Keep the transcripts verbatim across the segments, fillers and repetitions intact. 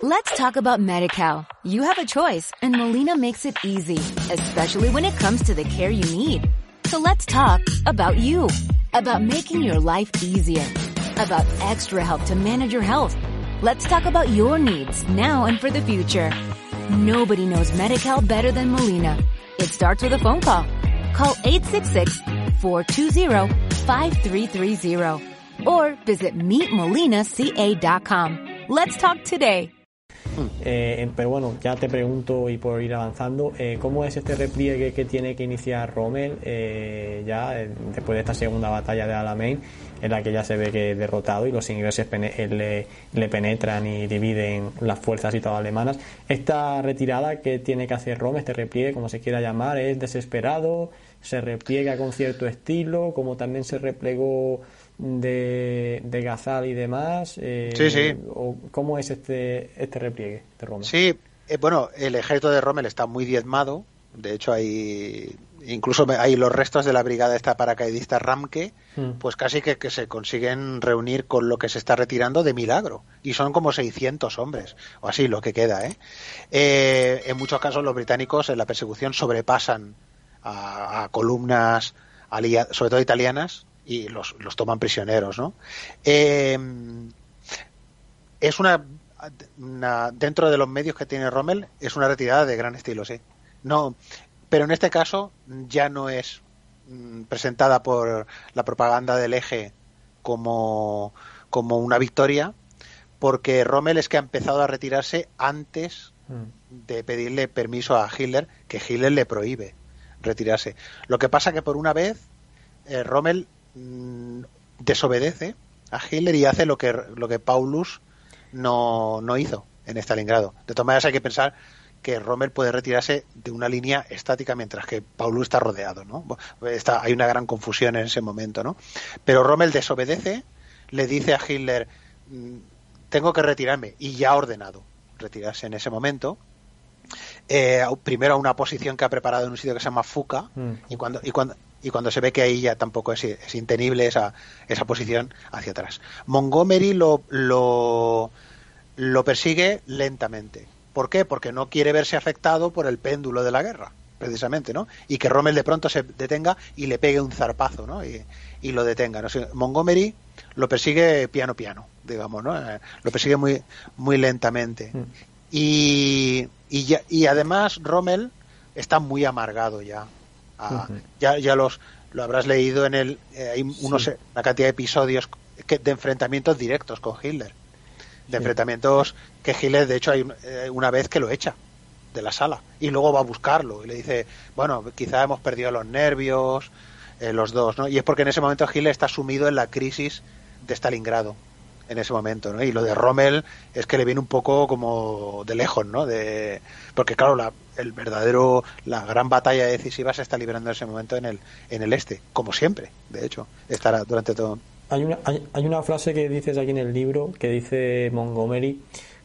Let's talk about Medi-Cal. You have a choice, and Molina makes it easy, especially when it comes to the care you need. So let's talk about you, about making your life easier, about extra help to manage your health. Let's talk about your needs now and for the future. Nobody knows Medi-Cal better than Molina. It starts with a phone call. Call eight six six, four two zero, five three three zero or visit meet molina c a dot com. Let's talk today. Eh, pero bueno, ya te pregunto, y por ir avanzando, eh, ¿cómo es este repliegue que tiene que iniciar Rommel eh, ya eh, después de esta segunda batalla de Alamein, en la que ya se ve que es derrotado y los ingleses pene- le, le penetran y dividen las fuerzas y todas alemanas? Esta retirada que tiene que hacer Rommel, este repliegue, como se quiera llamar, ¿es desesperado? ¿Se repliega con cierto estilo, como también se replegó de, de Ghazal y demás? Eh, sí, sí. O, ¿cómo es este este repliegue de Rommel? Sí, eh, bueno, el ejército de Rommel está muy diezmado. De hecho, hay incluso hay los restos de la brigada esta paracaidista Ramke, mm. pues casi que, que se consiguen reunir con lo que se está retirando de milagro. Y son como seiscientos hombres, o así lo que queda. ¿eh? Eh, en muchos casos los británicos en la persecución sobrepasan a, a columnas, alia- sobre todo italianas, y los, los toman prisioneros, ¿no? Eh, es una, una dentro de los medios que tiene Rommel, es una retirada de gran estilo, sí. No, pero en este caso ya no es mm, presentada por la propaganda del Eje como, como una victoria, porque Rommel es que ha empezado a retirarse antes mm. de pedirle permiso a Hitler, que Hitler le prohíbe retirarse. Lo que pasa que por una vez eh, Rommel mmm, desobedece a Hitler y hace lo que lo que Paulus no, no hizo en Stalingrado. De todas maneras hay que pensar que Rommel puede retirarse de una línea estática mientras que Paulus está rodeado, ¿no? Está, hay una gran confusión en ese momento, ¿no? Pero Rommel desobedece, le dice a Hitler tengo que retirarme, y ya ha ordenado retirarse en ese momento. Eh, primero a una posición que ha preparado en un sitio que se llama Fuca, mm. y cuando y cuando y cuando se ve que ahí ya tampoco es, es intenible esa esa posición, hacia atrás. Montgomery lo lo lo persigue lentamente. ¿Por qué? Porque no quiere verse afectado por el péndulo de la guerra, precisamente, ¿no? Y que Rommel de pronto se detenga y le pegue un zarpazo, ¿no? Y, y lo detenga, ¿no? O sea, Montgomery lo persigue piano piano, digamos, ¿no? Eh, lo persigue muy muy lentamente. Mm. Y Y, ya, y además Rommel está muy amargado ya. Ah, uh-huh. Ya, ya los lo habrás leído en el. Eh, hay unos, sí. una cantidad de episodios que, de enfrentamientos directos con Hitler. De sí. enfrentamientos que Hitler, de hecho, hay eh, una vez que lo echa de la sala y luego va a buscarlo y le dice: bueno, quizá hemos perdido los nervios, eh, los dos, ¿no? Y es porque en ese momento Hitler está sumido en la crisis de Stalingrado. En ese momento, ¿no? Y lo de Rommel es que le viene un poco como de lejos, ¿no? De porque claro, la, el verdadero, la gran batalla decisiva se está librando en ese momento en el en el este, como siempre, de hecho, estará durante todo. Hay una hay, hay una frase que dices aquí en el libro que dice Montgomery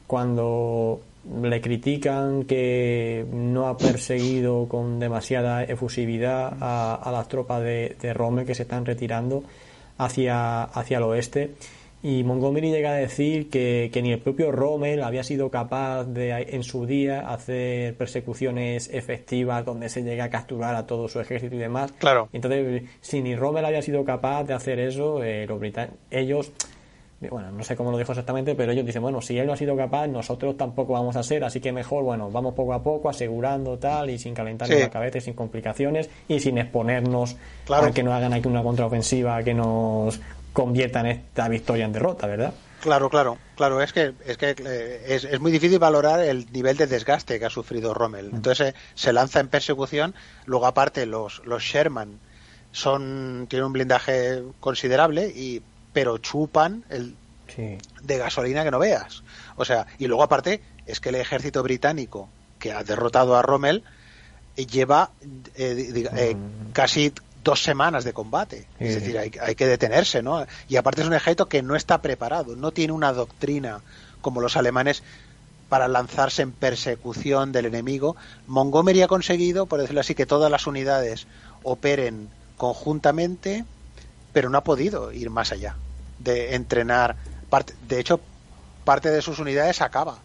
cuando le critican que no ha perseguido con demasiada efusividad a, a las tropas de, de Rommel que se están retirando hacia hacia el oeste. Y Montgomery llega a decir que, que ni el propio Rommel había sido capaz de, en su día, hacer persecuciones efectivas donde se llega a capturar a todo su ejército y demás. Claro. Entonces, si ni Rommel había sido capaz de hacer eso, eh, los britan- ellos, bueno, no sé cómo lo dijo exactamente, pero ellos dicen, bueno, si él no ha sido capaz, nosotros tampoco vamos a ser, así que mejor, bueno, vamos poco a poco, asegurando tal, y sin calentarnos sí. la cabeza, y sin complicaciones, y sin exponernos claro. a que nos hagan aquí una contraofensiva que nos conviertan esta victoria en derrota, ¿verdad? Claro, claro, claro, es que es que eh, es, es muy difícil valorar el nivel de desgaste que ha sufrido Rommel. Entonces eh, se lanza en persecución, luego aparte los los Sherman son tienen un blindaje considerable y pero chupan el sí. de gasolina que no veas. O sea, y luego aparte es que el ejército británico que ha derrotado a Rommel eh, lleva eh, eh, mm. casi dos semanas de combate, sí, es decir, sí. hay, hay que detenerse, ¿no? Y aparte es un ejército que no está preparado, no tiene una doctrina como los alemanes para lanzarse en persecución del enemigo. Montgomery ha conseguido, por decirlo así, que todas las unidades operen conjuntamente, pero no ha podido ir más allá de entrenar. Parte, de hecho, parte de sus unidades acaba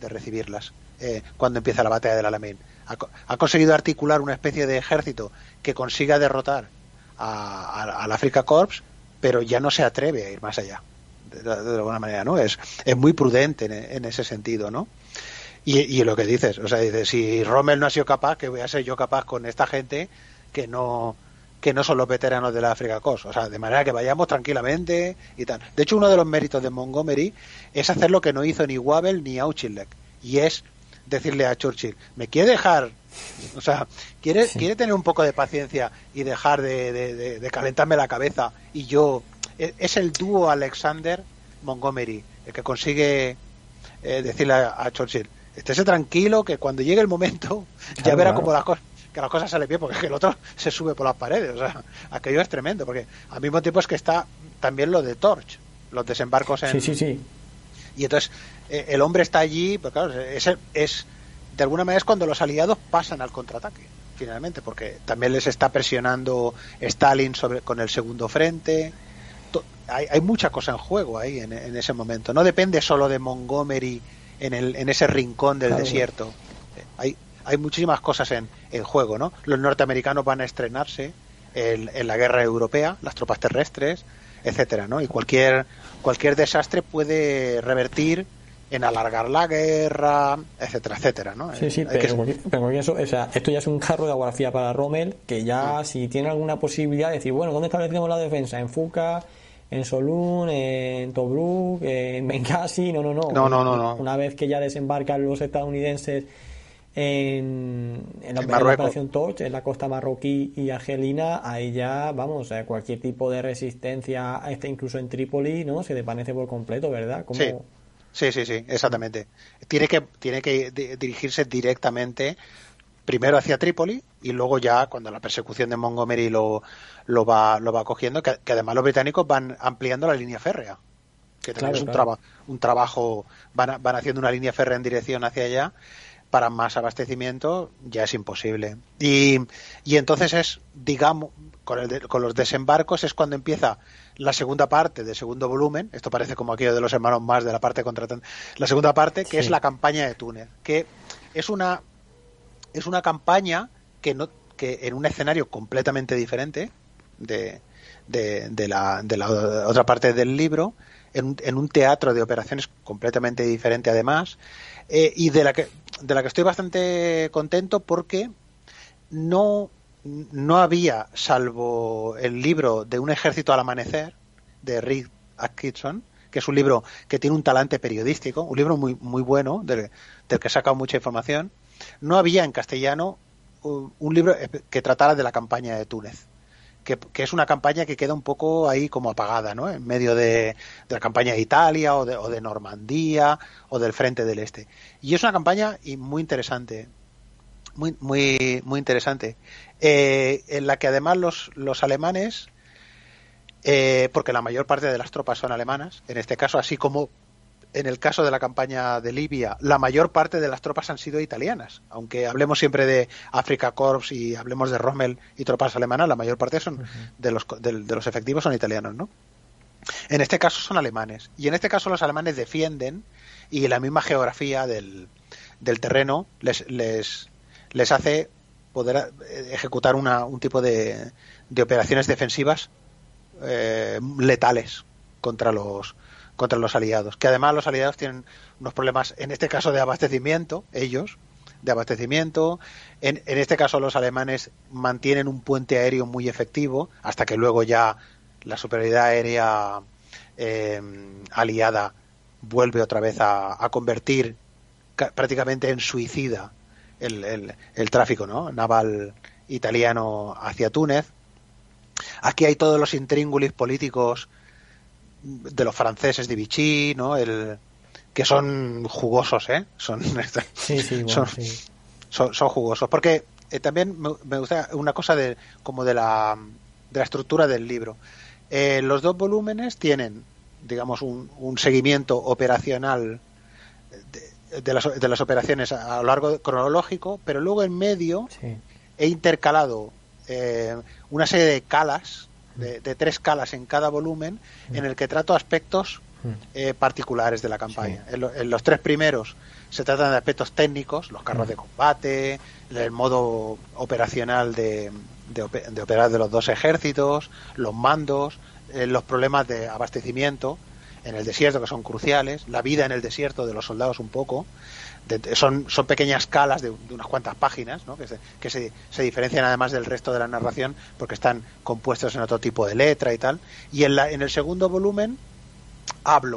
de recibirlas eh, cuando empieza la batalla del Alamein. Ha, ha conseguido articular una especie de ejército que consiga derrotar a, a, al Afrika Korps, pero ya no se atreve a ir más allá, de, de, de alguna manera, ¿no? Es, es muy prudente en, en ese sentido, ¿no? Y, y lo que dices, o sea, dices, si Rommel no ha sido capaz, que voy a ser yo capaz con esta gente que no que no son los veteranos de la Afrika Korps, o sea, de manera que vayamos tranquilamente y tal. De hecho, uno de los méritos de Montgomery es hacer lo que no hizo ni Wavell ni Auchinleck, y es decirle a Churchill, ¿me quiere dejar? O sea, quiere sí. quiere tener un poco de paciencia y dejar de, de, de, de calentarme la cabeza, y yo... Es el dúo Alexander-Montgomery el que consigue eh, decirle a, a Churchill, estése tranquilo que cuando llegue el momento ya claro, verá claro. cómo las cosas que las cosas salen bien, porque es que el otro se sube por las paredes, o sea, aquello es tremendo, porque al mismo tiempo es que está también lo de Torch, los desembarcos en... Sí, sí, sí. Y entonces eh, el hombre está allí, pero claro, es, es de alguna manera es cuando los aliados pasan al contraataque, finalmente, porque también les está presionando Stalin sobre con el segundo frente. Hay, hay mucha cosa en juego ahí en, en ese momento, no depende solo de Montgomery en, el, en ese rincón del claro. desierto, hay hay muchísimas cosas en, en juego, ¿no? Los norteamericanos van a estrenarse en, en la guerra europea, las tropas terrestres, etcétera, ¿no? Y cualquier cualquier desastre puede revertir en alargar la guerra, etcétera, etcétera, ¿no? Sí, sí, hay pero, que... pero eso, o sea, esto ya es un carro de agua fría para Rommel, que ya ah. si tiene alguna posibilidad de decir, bueno, ¿dónde establecemos la defensa? ¿En Fuka? ¿En Solún? ¿En Tobruk? ¿En Benghazi? No, no, no. No, no, no, no. Una vez que ya desembarcan los estadounidenses en, en, la, en la operación Torch, en la costa marroquí y argelina, ahí ya, vamos, eh, cualquier tipo de resistencia, este, incluso en Trípoli, ¿no? Se desvanece por completo, ¿verdad? ¿Cómo... Sí. sí, sí, sí, exactamente. Tiene que, tiene que dirigirse directamente primero hacia Trípoli y luego ya cuando la persecución de Montgomery lo, lo va lo va cogiendo, que, que además los británicos van ampliando la línea férrea, que también claro, es un, claro. traba, un trabajo, van, van haciendo una línea férrea en dirección hacia allá. Para más abastecimiento ya es imposible. Y, y entonces es, digamos, con, el de, con los desembarcos es cuando empieza la segunda parte del segundo volumen. Esto parece como aquello de los hermanos más de la parte contratante. La segunda parte, que sí. es la campaña de Túnez, que es una es una campaña que no que en un escenario completamente diferente de, de, de, la, de la otra parte del libro, en, en un teatro de operaciones completamente diferente además. Eh, y de la que de la que estoy bastante contento porque no no había, salvo el libro de Un ejército al amanecer de Rick Atkinson, que es un libro que tiene un talante periodístico, un libro muy muy bueno del, del que he sacado mucha información, no había en castellano un, un libro que tratara de la campaña de Túnez. Que, que es una campaña que queda un poco ahí como apagada, ¿no? En medio de, de la campaña de Italia o de, o de Normandía o del Frente del Este. Y es una campaña y muy interesante, muy muy muy interesante, eh, en la que además los, los alemanes, eh, porque la mayor parte de las tropas son alemanas, en este caso, así como en el caso de la campaña de Libia, la mayor parte de las tropas han sido italianas. Aunque hablemos siempre de Afrika Korps y hablemos de Rommel y tropas alemanas, la mayor parte son uh-huh. de los de, de los efectivos son italianos, ¿no? En este caso son alemanes. Y en este caso los alemanes defienden, y la misma geografía del, del terreno les, les, les hace poder ejecutar una, un tipo de, de operaciones defensivas eh, letales contra los contra los aliados, que además los aliados tienen unos problemas, en este caso de abastecimiento, ellos, de abastecimiento, en, en este caso los alemanes mantienen un puente aéreo muy efectivo, hasta que luego ya la superioridad aérea eh, aliada vuelve otra vez a, a convertir ca- prácticamente en suicida el, el, el tráfico, ¿no?, naval italiano hacia Túnez. Aquí hay todos los intríngulis políticos de los franceses de Vichy, ¿no? El, que son jugosos, ¿eh? Son, sí, sí, bueno, son, sí. son, son jugosos. Porque eh, también me, me gusta una cosa de como de la, de la estructura del libro. Eh, los dos volúmenes tienen, digamos, un, un seguimiento operacional de, de, las, de las operaciones a lo largo cronológico, pero luego en medio sí. he intercalado eh, una serie de calas, De, de tres calas en cada volumen, en el que trato aspectos eh, particulares de la campaña. Sí. En, lo, en los tres primeros se tratan de aspectos técnicos, los carros mm. de combate, el modo operacional de, de, de operar de los dos ejércitos, los mandos, eh, los problemas de abastecimiento en el desierto, que son cruciales, la vida en el desierto de los soldados un poco. De, de, son, son pequeñas escalas de, de unas cuantas páginas, ¿no? que, se, que se, se diferencian además del resto de la narración porque están compuestos en otro tipo de letra y tal. Y en, la, en el segundo volumen hablo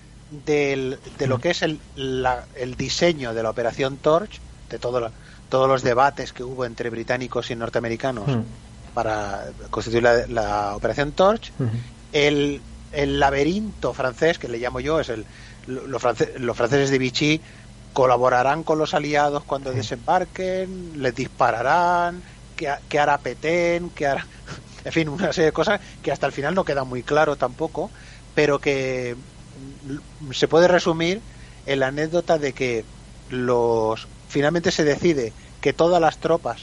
del, de lo que es el, la, el diseño de la Operación Torch, de todo la, todos los debates que hubo entre británicos y norteamericanos mm. para constituir la, la Operación Torch, mm. el, el laberinto francés, que le llamo yo, es el los, france, los franceses de Vichy colaborarán con los aliados cuando sí. desembarquen, les dispararán, qué, qué hará Petén, qué hará... en fin, una serie de cosas que hasta el final no queda muy claro tampoco, pero que se puede resumir en la anécdota de que los finalmente se decide que todas las tropas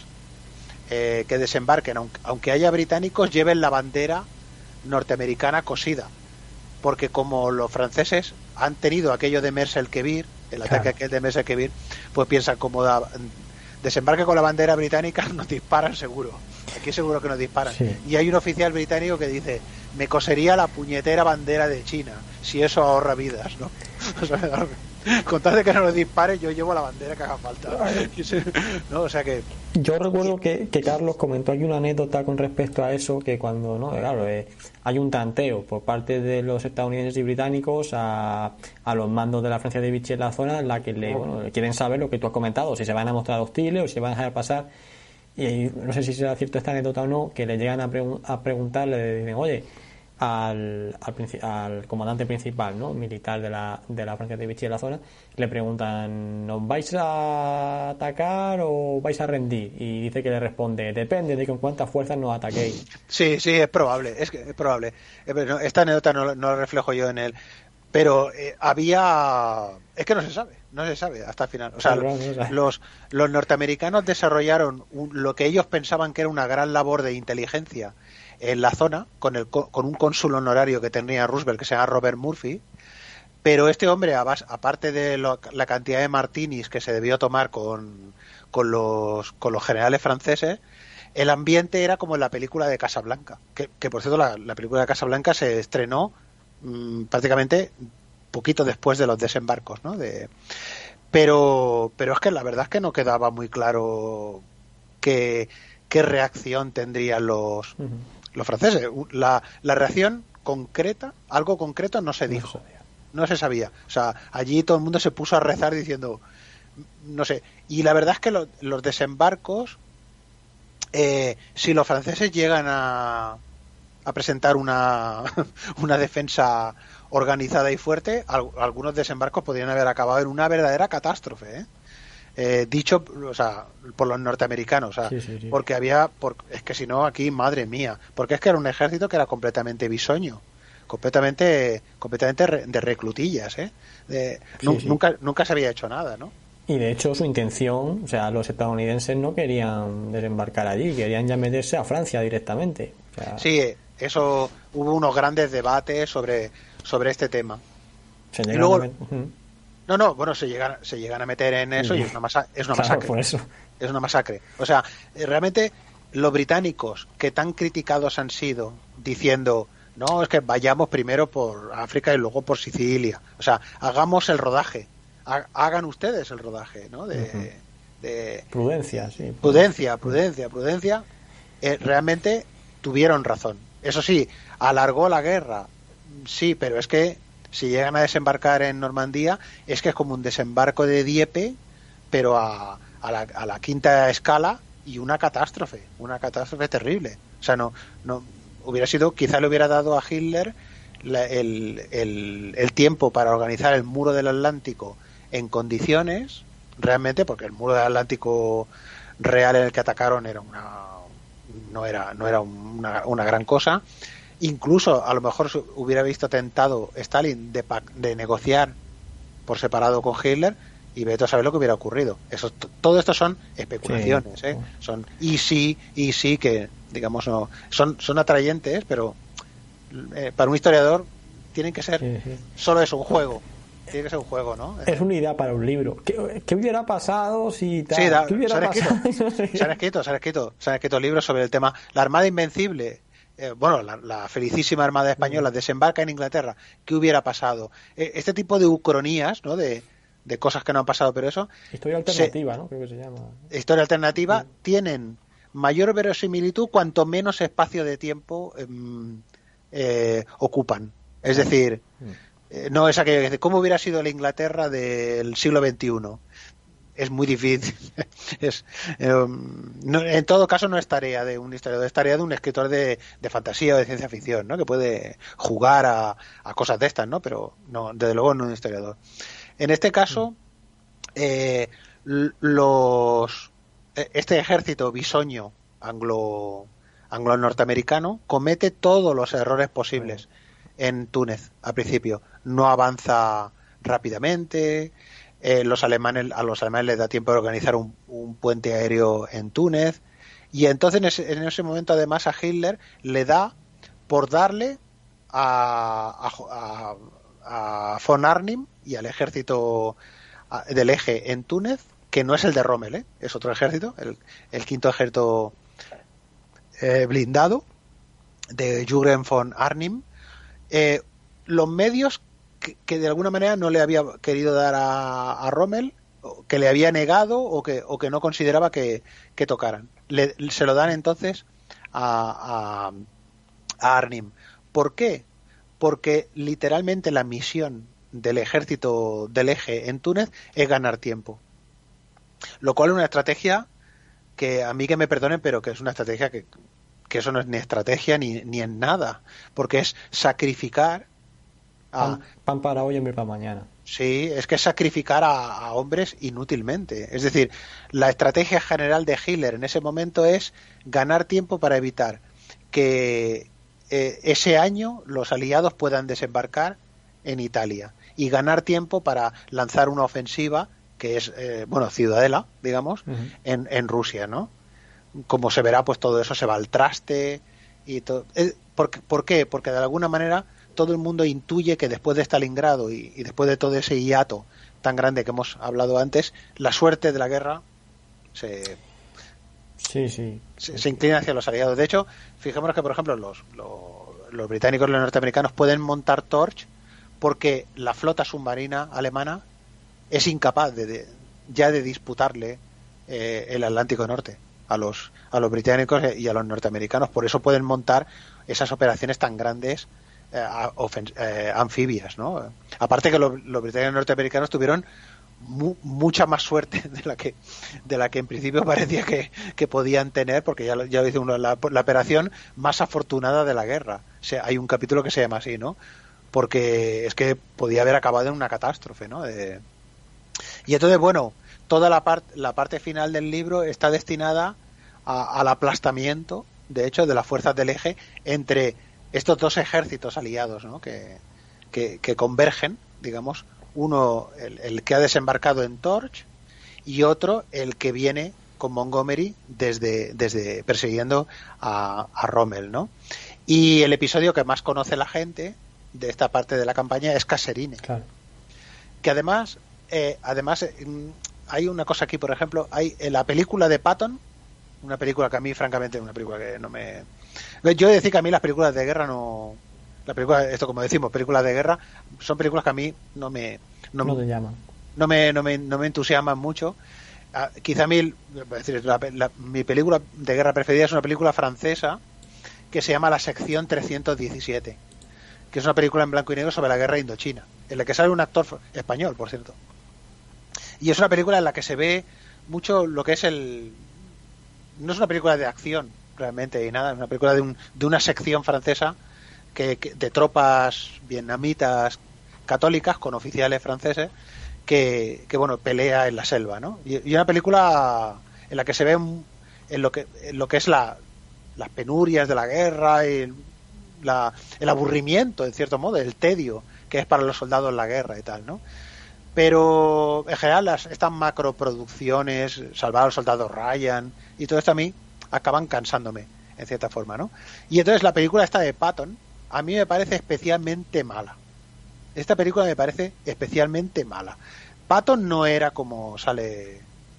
eh, que desembarquen, aunque, aunque haya británicos, lleven la bandera norteamericana cosida, porque como los franceses han tenido aquello de Mers-el-Kebir, el ataque claro. aquel de Mers-el-Kebir, pues piensan como da, desembarque con la bandera británica, nos disparan seguro, aquí seguro que nos disparan. Sí. Y hay un oficial británico que dice, me cosería la puñetera bandera de China, si eso ahorra vidas, ¿no? O sea, con tal de que no nos dispare, yo llevo la bandera que haga falta, ¿no? O sea que... Yo recuerdo que, que Carlos comentó aquí una anécdota con respecto a eso, que cuando, no, claro, eh, hay un tanteo por parte de los estadounidenses y británicos a, a los mandos de la Francia de Vichy en la zona, en la que le, bueno, quieren saber lo que tú has comentado, si se van a mostrar hostiles o si se van a dejar pasar. Y no sé si será cierto esta anécdota o no, que le llegan a, pregun- a preguntar, le dicen, oye, al, al, al comandante principal, ¿no?, militar de la, de la Francia de Vichy en la zona, le preguntan, ¿nos vais a atacar o vais a rendir? Y dice que le responde, depende de con cuántas fuerzas nos ataquéis. Sí, sí, es probable, es, que, es probable. Esta anécdota no, no la reflejo yo en él, pero eh, había... Es que no se sabe, no se sabe hasta el final. O sea, no, no los, los norteamericanos desarrollaron un, lo que ellos pensaban que era una gran labor de inteligencia en la zona, con, el, con un cónsul honorario que tenía Roosevelt, que se llama Robert Murphy, pero este hombre, aparte de lo, la cantidad de martinis que se debió tomar con, con, los, con los generales franceses, el ambiente era como en la película de Casablanca, que, que por cierto la, la película de Casablanca se estrenó mmm, prácticamente poquito después de los desembarcos, ¿no? De, pero, pero es que la verdad es que no quedaba muy claro qué, qué reacción tendrían los... Uh-huh. Los franceses, la, la reacción concreta, algo concreto no se dijo, no se sabía. O sea, allí todo el mundo se puso a rezar diciendo, no sé. Y la verdad es que lo, los desembarcos, eh, si los franceses llegan a, a presentar una, una defensa organizada y fuerte, al, algunos desembarcos podrían haber acabado en una verdadera catástrofe, ¿eh? Eh, dicho, o sea, por los norteamericanos, o sea, sí, sí, sí. porque había, por, es que si no aquí, madre mía, porque es que era un ejército que era completamente bisoño, completamente, completamente re, de reclutillas, ¿eh? De, sí, nu, sí. nunca, nunca se había hecho nada, ¿no? Y de hecho su intención, o sea, los estadounidenses no querían desembarcar allí, querían ya meterse a Francia directamente. O sea, sí, eso, hubo unos grandes debates sobre, sobre este tema. Se y luego, a No, no, bueno, se llegan, se llegan a meter en eso y es una, masa, es una claro, masacre. Por eso. Es una masacre. O sea, realmente los británicos que tan criticados han sido diciendo, no, es que vayamos primero por África y luego por Sicilia. O sea, hagamos el rodaje. Hagan ustedes el rodaje, ¿no? De, uh-huh. de prudencia, sí. Prudencia, prudencia, prudencia. Eh, realmente tuvieron razón. Eso sí, alargó la guerra. Sí, pero es que si llegan a desembarcar en Normandía, es que es como un desembarco de Dieppe, pero a, a, la, a la quinta escala y una catástrofe, una catástrofe terrible. O sea, no, no hubiera sido, quizá le hubiera dado a Hitler la, el, el, el tiempo para organizar el muro del Atlántico en condiciones, realmente, porque el muro del Atlántico real en el que atacaron era una, no era, no era una, una gran cosa. Incluso a lo mejor se hubiera visto tentado Stalin de, de negociar por separado con Hitler y vete a saber lo que hubiera ocurrido. Eso, t- todo esto son especulaciones, sí. ¿eh? Son y sí, y sí que, digamos, no son, son atrayentes, pero eh, para un historiador tienen que ser sí, sí. solo es un juego. Tiene que ser un juego, ¿no? Es una idea para un libro. ¿Qué, qué hubiera pasado si tal? Sí, da, ¿Qué hubiera se, han pasado? escrito, se han escrito, se han escrito, se han escrito libros sobre el tema. La Armada Invencible, eh, bueno, la, la felicísima Armada Española desembarca en Inglaterra. ¿Qué hubiera pasado? Eh, este tipo de ucronías, ¿no? De, de cosas que no han pasado, pero eso. Historia alternativa, se, ¿no? Creo que se llama. Historia alternativa, sí. Tienen mayor verosimilitud cuanto menos espacio de tiempo eh, eh, ocupan. Es decir. Mm. No es aquello que dice, ¿cómo hubiera sido la Inglaterra del siglo veintiuno? Es muy difícil. es, eh, no, en todo caso no es tarea de un historiador, es tarea de un escritor de, de fantasía o de ciencia ficción, ¿no? Que puede jugar a, a cosas de estas, ¿no? Pero no, desde luego no un historiador. En este caso, eh, los este ejército bisoño anglo anglo norteamericano comete todos los errores posibles en Túnez al principio. No avanza rápidamente, eh, los alemanes a los alemanes les da tiempo de organizar un, un puente aéreo en Túnez, y entonces en ese, en ese momento además a Hitler le da por darle a, a, a, a von Arnim y al ejército del eje en Túnez, que no es el de Rommel, ¿eh? Es otro ejército, el, el quinto ejército eh, blindado de Jürgen von Arnim. Eh, los medios que, que de alguna manera no le había querido dar a, a Rommel, que le había negado o que, o que no consideraba que, que tocaran. Le, se lo dan entonces a, a, a Arnim. ¿Por qué? Porque literalmente la misión del ejército del eje en Túnez es ganar tiempo. Lo cual es una estrategia que, a mí que me perdonen, pero que es una estrategia que que eso no es ni estrategia ni, ni en nada, porque es sacrificar a, pan, pan para hoy y hambre para mañana. Sí, es que es sacrificar a, a hombres inútilmente. Es decir, la estrategia general de Hitler en ese momento es ganar tiempo para evitar que eh, ese año los aliados puedan desembarcar en Italia y ganar tiempo para lanzar una ofensiva que es, eh, bueno, ciudadela, digamos, uh-huh. en, en Rusia, ¿no? Como se verá, pues todo eso se va al traste y todo. ¿Por, ¿Por qué? Porque de alguna manera todo el mundo intuye que después de Stalingrado y, y después de todo ese hiato tan grande que hemos hablado antes, la suerte de la guerra se, sí, sí. se, se inclina hacia los aliados. De hecho, fijémonos que, por ejemplo, los, los, los británicos y los norteamericanos pueden montar Torch porque la flota submarina alemana es incapaz de, de ya de disputarle eh, el Atlántico Norte a los a los británicos y a los norteamericanos. Por eso pueden montar esas operaciones tan grandes eh, ofens- eh, anfibias, ¿no? Aparte que los, los británicos y norteamericanos tuvieron mu- mucha más suerte de la que de la que en principio parecía que, que podían tener, porque ya lo, ya lo dice uno, la, la operación más afortunada de la guerra. O sea, hay un capítulo que se llama así, ¿no? Porque es que podía haber acabado en una catástrofe, ¿no? Eh, y entonces, bueno, toda la parte la parte final del libro está destinada a, al aplastamiento, de hecho, de las fuerzas del eje entre estos dos ejércitos aliados, ¿no? que, que, que convergen, digamos, uno el, el que ha desembarcado en Torch y otro el que viene con Montgomery desde, desde persiguiendo a, a Rommel, ¿no? Y el episodio que más conoce la gente de esta parte de la campaña es Kasserine, claro. Que además eh, además eh, hay una cosa aquí, por ejemplo, hay en la película de Patton, una película que a mí francamente una película que no me yo he de decir que a mí las películas de guerra no la película esto como decimos películas de guerra son películas que a mí no me no, no te llaman no me no me no me entusiasman mucho. Ah, quizá a mí es decir, la, la, mi película de guerra preferida es una película francesa que se llama La sección trescientos diecisiete, que es una película en blanco y negro sobre la guerra indochina, en la que sale un actor español, por cierto, y es una película en la que se ve mucho lo que es el no es una película de acción realmente y nada, es una película de, un, de una sección francesa que, que de tropas vietnamitas católicas con oficiales franceses que, que bueno, pelea en la selva, ¿no? Y, y una película en la que se ve un, en lo que en lo que es la las penurias de la guerra y la, el aburrimiento, en cierto modo, el tedio que es para los soldados la guerra y tal, ¿no? Pero en general las, estas macroproducciones, Salvar al soldado Ryan y todo esto a mí acaban cansándome en cierta forma, ¿no? Y entonces la película esta de Patton a mí me parece especialmente mala, esta película me parece especialmente mala. Patton no era como sale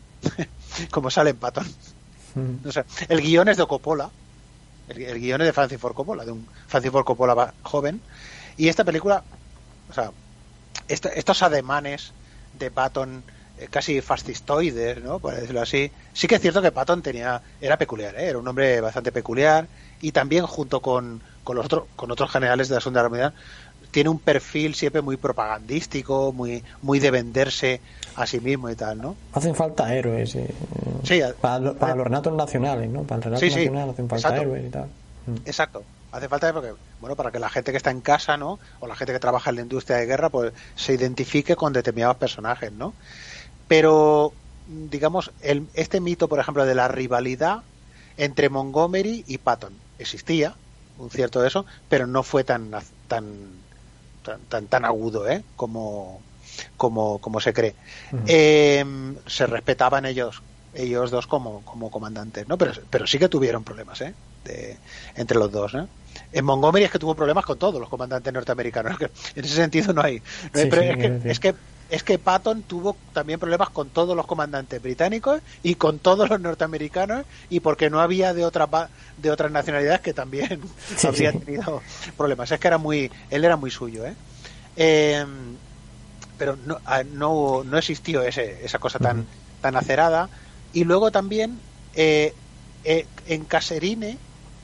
como sale en Patton. Mm. O sea, el guión es de Coppola, el, el guión es de Francis Ford Coppola, de un Francis Ford Coppola joven, y esta película, o sea, esta, estos ademanes de Patton eh, casi fascistoides, ¿no? Por decirlo así. Sí que es cierto que Patton tenía, era peculiar, ¿eh? Era un hombre bastante peculiar, y también junto con, con los otros, con otros generales de la Segunda Guerra Mundial, tiene un perfil siempre muy propagandístico, muy, muy de venderse a sí mismo y tal, ¿no? Hacen falta héroes, eh. Sí, para, lo, para los renatos nacionales, ¿no? Para el renato sí, sí, nacional hacen falta exacto. héroes y tal. Exacto. Hace falta porque, bueno, para que la gente que está en casa, ¿no? O la gente que trabaja en la industria de guerra, pues se identifique con determinados personajes, ¿no? Pero, digamos, el, este mito, por ejemplo, de la rivalidad entre Montgomery y Patton existía, un cierto de eso, pero no fue tan tan tan tan, tan agudo, ¿eh? Como como como se cree. Uh-huh. Eh, se respetaban ellos ellos dos como como comandantes, ¿no? Pero pero sí que tuvieron problemas, ¿eh? De, entre los dos, ¿eh? En Montgomery es que tuvo problemas con todos los comandantes norteamericanos. En ese sentido no hay. No hay sí, pero sí, es, que, sí. es que es que Patton tuvo también problemas con todos los comandantes británicos y con todos los norteamericanos, y porque no había de otra de otras nacionalidades que también sí, habrían sí. tenido problemas. Es que era muy, él era muy suyo, ¿eh? eh pero no, no no existió ese, esa cosa tan uh-huh. tan acerada. Y luego también eh, eh, en Kasserine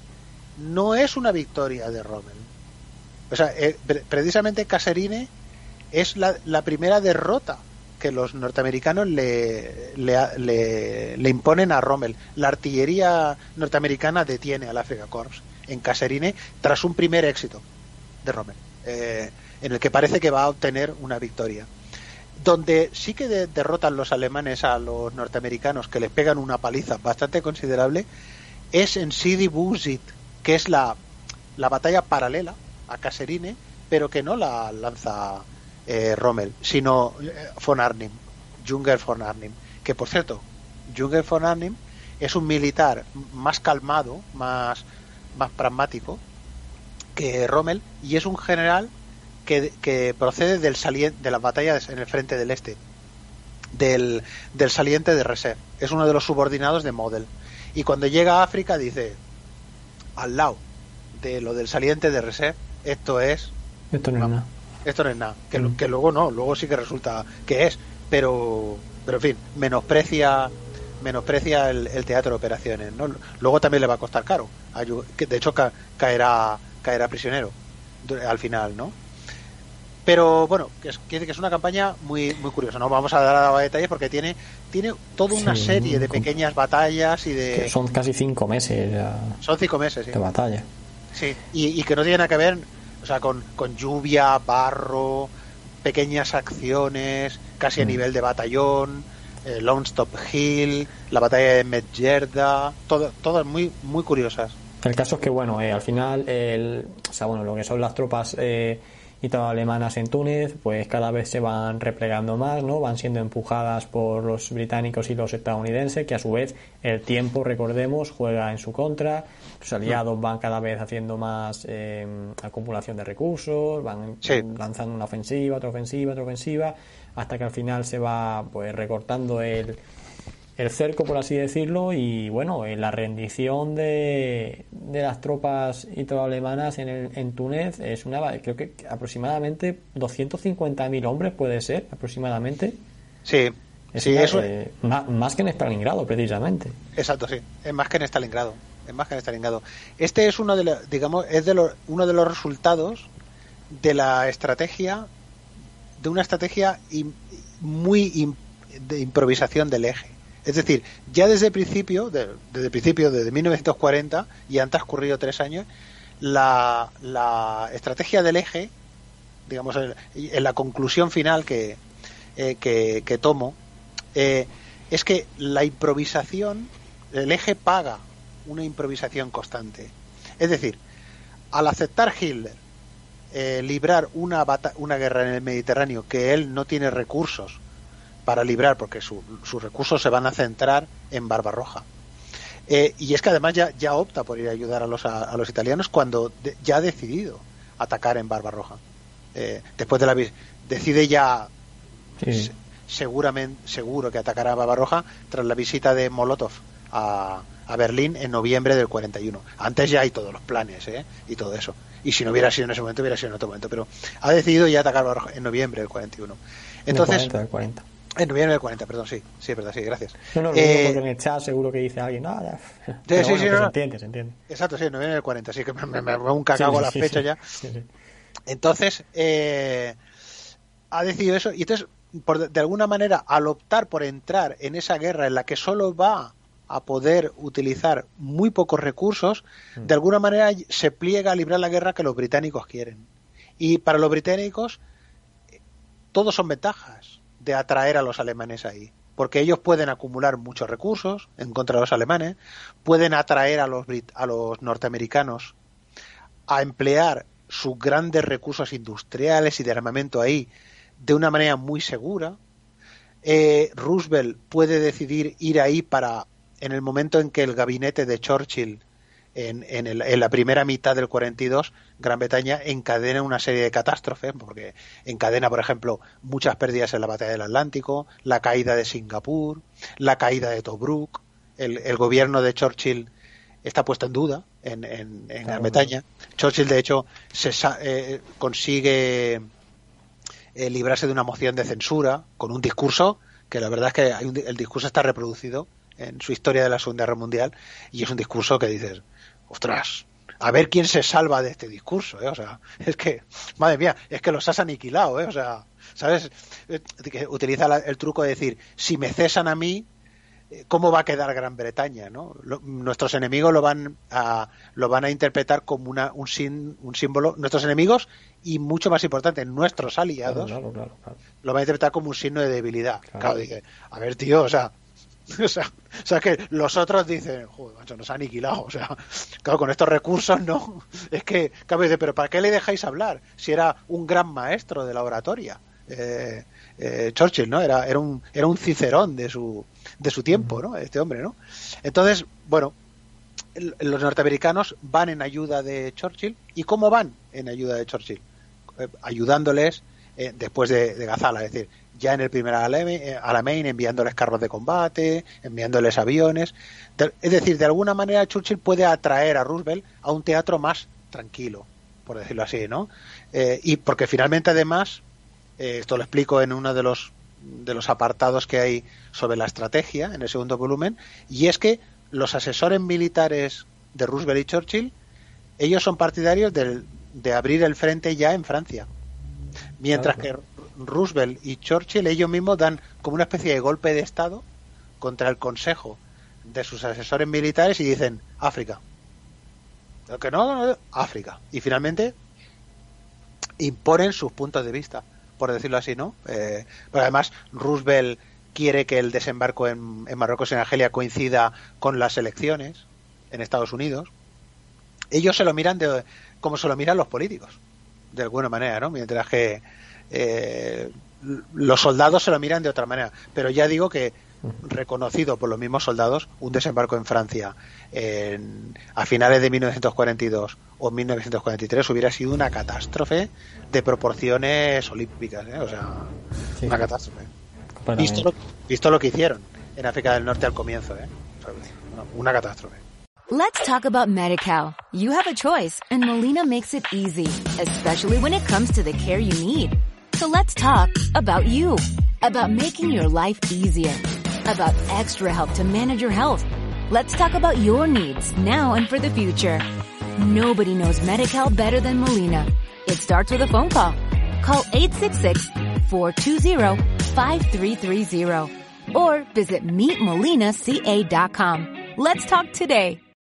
no es una victoria de Rommel. O sea, eh, precisamente Kasserine es la, la primera derrota que los norteamericanos le, le, le, le imponen a Rommel. La artillería norteamericana detiene al Afrika Korps en Kasserine tras un primer éxito de Rommel, eh, en el que parece que va a obtener una victoria. Donde sí que de, derrotan los alemanes a los norteamericanos, que les pegan una paliza bastante considerable, es en Sidi Bouzid, que es la, la batalla paralela a Kasserine, pero que no la lanza eh, Rommel, sino eh, von Arnim, Junger von Arnim, que por cierto, Junger von Arnim es un militar más calmado, más, más pragmático que Rommel, y es un general que, que procede del saliente, de las batallas en el frente del este, del, del saliente de Reserve. Es uno de los subordinados de Model, y cuando llega a África dice, al lado de lo del saliente de Reserve, esto es esto no es nada esto no es nada que, mm. que luego no luego sí que resulta que es, pero pero en fin, menosprecia menosprecia el, el teatro de operaciones, ¿no? Luego también le va a costar caro, que de hecho ca, caerá caerá prisionero al final, ¿no? Pero bueno, que es, que es una campaña muy muy curiosa. No vamos a dar a detalles porque tiene tiene toda una sí, serie de pequeñas batallas y de... Que son casi cinco meses ya son cinco meses sí. de batalla. Sí, y, y que no tiene nada que ver, o sea, con, con lluvia, barro, pequeñas acciones, casi a mm. nivel de batallón, eh, Lone Stop Hill, la batalla de Medjerda, todo, todas muy muy curiosas. El caso es que, bueno, eh, al final, el, o sea, bueno, lo que son las tropas eh, italo-alemanas en Túnez, pues cada vez se van replegando más, ¿no? Van siendo empujadas por los británicos y los estadounidenses, que a su vez el tiempo, recordemos, juega en su contra. Los aliados van cada vez haciendo más eh, acumulación de recursos, van sí. lanzando una ofensiva, otra ofensiva, otra ofensiva, hasta que al final se va pues recortando el, el cerco, por así decirlo, y bueno, la rendición de, de las tropas italo-alemanas en, el, en Túnez es una, creo que aproximadamente doscientos cincuenta mil hombres, puede ser, aproximadamente. Sí, es sí, una, eso eh, más, más que en Stalingrado, precisamente. Exacto, sí, es más que en Stalingrado. Es más que en Stalingrado. Este es uno de los, digamos, es de los, uno de los resultados de la estrategia, de una estrategia in, muy in, de improvisación del eje. Es decir, ya desde el principio, de, desde el principio, desde mil novecientos cuarenta, y han transcurrido tres años, la, la estrategia del eje, digamos, en, en la conclusión final que, eh, que, que tomo, eh, es que la improvisación, el eje paga una improvisación constante. Es decir, al aceptar Hitler eh, librar una, bata- una guerra en el Mediterráneo que él no tiene recursos para librar, porque su, sus recursos se van a centrar en Barbarroja, eh, y es que además ya, ya opta por ir a ayudar a los, a, a los italianos cuando de, ya ha decidido atacar en Barbarroja. eh, después de la decide ya Sí. se, seguramente seguro que atacará a Barbarroja tras la visita de Molotov a, a Berlín en noviembre del cuarenta y uno. Antes ya hay todos los planes, ¿eh? Y todo eso. Y si no hubiera sido en ese momento, hubiera sido en otro momento. Pero ha decidido ya atacar a Barbarroja en noviembre del cuarenta y uno. Entonces, del cuarenta, del cuarenta. En noviembre del cuarenta, perdón, sí, sí, es verdad, sí, gracias. No, no, lo eh, digo porque en el chat seguro que dice alguien, no, ya. Sí, Pero sí, bueno, sí, que no, se no. entiende, se entiende. Exacto, sí, en noviembre del cuarenta, sí, que me, me, me, me un cacago Sí, la sí, fecha sí. ya. Sí, sí. Entonces, eh, ha decidido eso, y entonces, por, de alguna manera, al optar por entrar en esa guerra en la que solo va a poder utilizar muy pocos recursos, mm. de alguna manera se pliega a librar la guerra que los británicos quieren. Y para los británicos, todos son ventajas de atraer a los alemanes ahí, porque ellos pueden acumular muchos recursos en contra de los alemanes, pueden atraer a los brit- a los norteamericanos a emplear sus grandes recursos industriales y de armamento ahí de una manera muy segura. eh, Roosevelt puede decidir ir ahí para, en el momento en que el gabinete de Churchill En, en, el, en la primera mitad del cuarenta y dos, Gran Bretaña encadena una serie de catástrofes, porque encadena, por ejemplo, muchas pérdidas en la batalla del Atlántico, la caída de Singapur, la caída de Tobruk, el, el gobierno de Churchill está puesto en duda en, en, en Gran Bretaña. Churchill, de hecho, se eh, consigue eh, librarse de una moción de censura con un discurso que la verdad es que hay un, el discurso está reproducido en su historia de la Segunda Guerra Mundial, y es un discurso que dices, ostras, a ver quién se salva de este discurso, ¿eh? O sea, es que, madre mía, es que los has aniquilado, ¿eh? O sea, ¿sabes? Que utiliza la, el truco de decir, si me cesan a mí, ¿cómo va a quedar Gran Bretaña, ¿no? Lo, nuestros enemigos lo van a lo van a interpretar como una un, sin, un símbolo, nuestros enemigos, y mucho más importante, nuestros aliados, claro, claro, claro, claro. lo van a interpretar como un signo de debilidad. Claro, claro dije, a ver, tío, o sea, O sea, o sea que los otros dicen, joder, macho, nos ha aniquilado. O sea, claro, con estos recursos no. Es que, claro, dice, pero ¿para qué le dejáis hablar? Si era un gran maestro de la oratoria. Eh, eh, Churchill, ¿no? Era, era un, era un Cicerón de su, de su tiempo, ¿no? Este hombre, ¿no? Entonces, bueno, el, los norteamericanos van en ayuda de Churchill. ¿Y cómo van en ayuda de Churchill? Eh, ayudándoles eh, después de, de Gazala, es decir, ya en el primer Alamein, enviándoles carros de combate, enviándoles aviones. Es decir, de alguna manera Churchill puede atraer a Roosevelt a un teatro más tranquilo, por decirlo así, ¿no? Eh, y porque finalmente, además, eh, esto lo explico en uno de los de los apartados que hay sobre la estrategia, en el segundo volumen, y es que los asesores militares de Roosevelt y Churchill, ellos son partidarios del, de abrir el frente ya en Francia. Mientras claro, claro. que Roosevelt y Churchill ellos mismos dan como una especie de golpe de estado contra el consejo de sus asesores militares y dicen África. Lo que no, no, África. Y finalmente imponen sus puntos de vista, por decirlo así, ¿no? Eh, pero además Roosevelt quiere que el desembarco en, en Marruecos y en Argelia coincida con las elecciones en Estados Unidos. Ellos se lo miran de, como se lo miran los políticos, de alguna manera, ¿no? Mientras que eh, los soldados se lo miran de otra manera. Pero ya digo que, reconocido por los mismos soldados, un desembarco en Francia en, a finales de mil novecientos cuarenta y dos o mil novecientos cuarenta y tres hubiera sido una catástrofe de proporciones olímpicas, ¿eh? O sea, sí, una catástrofe. Visto lo, visto lo que hicieron en África del Norte al comienzo, ¿eh? O sea, una catástrofe. Let's talk about Medi-Cal. You have a choice, and Molina makes it easy, especially when it comes to the care you need. So let's talk about you, about making your life easier, about extra help to manage your health. Let's talk about your needs now and for the future. Nobody knows Medi-Cal better than Molina. It starts with a phone call. Call eight six six, four two zero, five three three zero or visit meet molina c a dot com. Let's talk today.